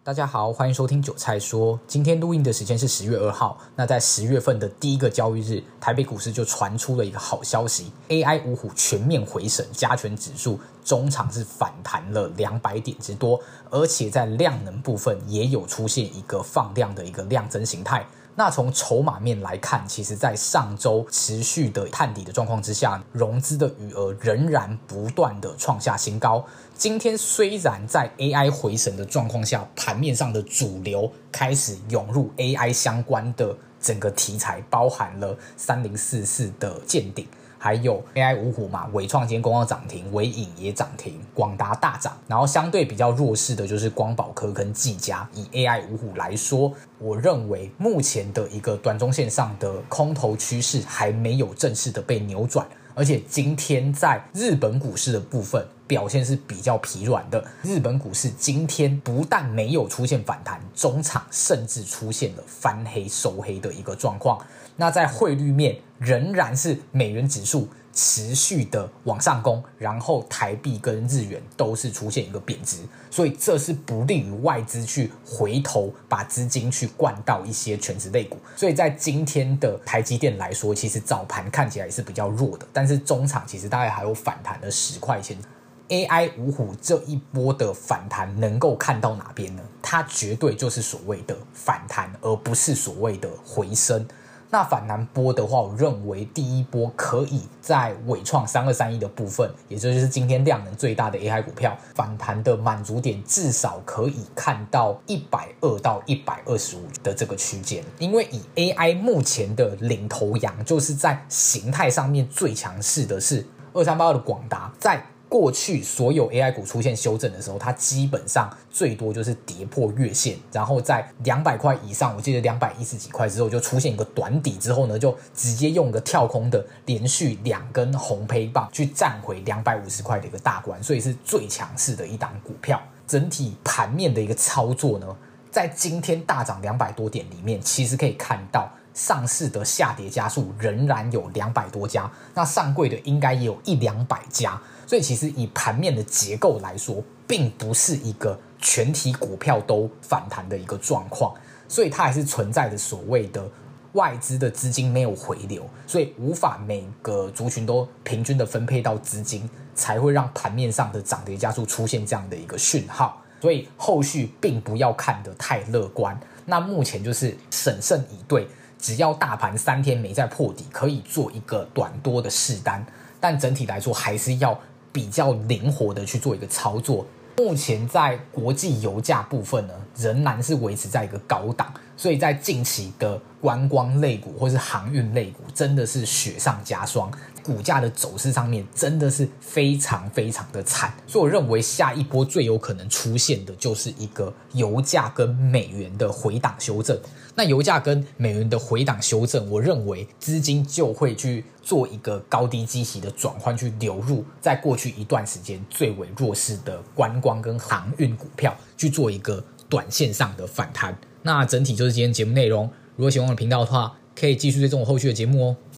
大家好，欢迎收听韭菜说。今天录音的时间是10月2号。那在10月份的第一个交易日，台北股市就传出了一个好消息 ，AI 五虎全面回升，加权指数中场是反弹了200点之多，而且在量能部分也有出现一个放量的一个量增形态。那从筹码面来看，其实在上周持续的探底的状况之下，融资的余额仍然不断的创下新高。今天虽然在 AI 回神的状况下，盘面上的主流开始涌入 AI 相关的整个题材，包含了3044的见顶，还有 AI 五虎嘛，伟创今天攻到涨停，伟影也涨停，广达大涨，然后相对比较弱势的就是光宝科跟技嘉。以 AI 五虎来说，我认为目前的一个短中线上的空头趋势还没有正式的被扭转，而且今天在日本股市的部分表现是比较疲软的。日本股市今天不但没有出现反弹，中场甚至出现了翻黑收黑的一个状况。那在汇率面仍然是美元指数持续的往上攻，然后台币跟日元都是出现一个贬值，所以这是不利于外资去回头把资金去灌到一些权值类股。所以在今天的台积电来说，其实早盘看起来也是比较弱的，但是中场其实大概还有反弹了10块钱。AI 五虎这一波的反弹能够看到哪边呢？它绝对就是所谓的反弹，而不是所谓的回升。那反弹波的话，我认为第一波可以在伟创3231的部分，也就是今天量能最大的 AI 股票，反弹的满足点至少可以看到120到125的这个区间。因为以 AI 目前的领头羊，就是在形态上面最强势的是2382的广达，在过去所有 AI 股出现修正的时候，它基本上最多就是跌破月线，然后在200块以上，我记得210几块之后就出现一个短底之后呢，就直接用一个跳空的连续2根红 K 棒去站回250块的一个大关，所以是最强势的一档股票。整体盘面的一个操作呢，在今天大涨200多点里面，其实可以看到上市的下跌家数仍然有200多家，那上柜的应该也有100-200家，所以其实以盘面的结构来说，并不是一个全体股票都反弹的一个状况，所以它还是存在着所谓的外资的资金没有回流，所以无法每个族群都平均的分配到资金，才会让盘面上的涨跌家数出现这样的一个讯号，所以后续并不要看得太乐观。那目前就是审慎以对，只要大盘3天没再破底，可以做一个短多的试单，但整体来说还是要比较灵活的去做一个操作。目前在国际油价部分呢，仍然是维持在一个高档，所以在近期的观光类股或是航运类股真的是雪上加霜，股价的走势上面真的是非常非常的惨，所以我认为下一波最有可能出现的就是一个油价跟美元的回档修正。那油价跟美元的回档修正，我认为资金就会去做一个高低基期的转换，去流入在过去一段时间最为弱势的观光跟航运股票，去做一个短线上的反弹。那整体就是今天节目内容，如果喜欢我的频道的话，可以继续追踪我后续的节目哦。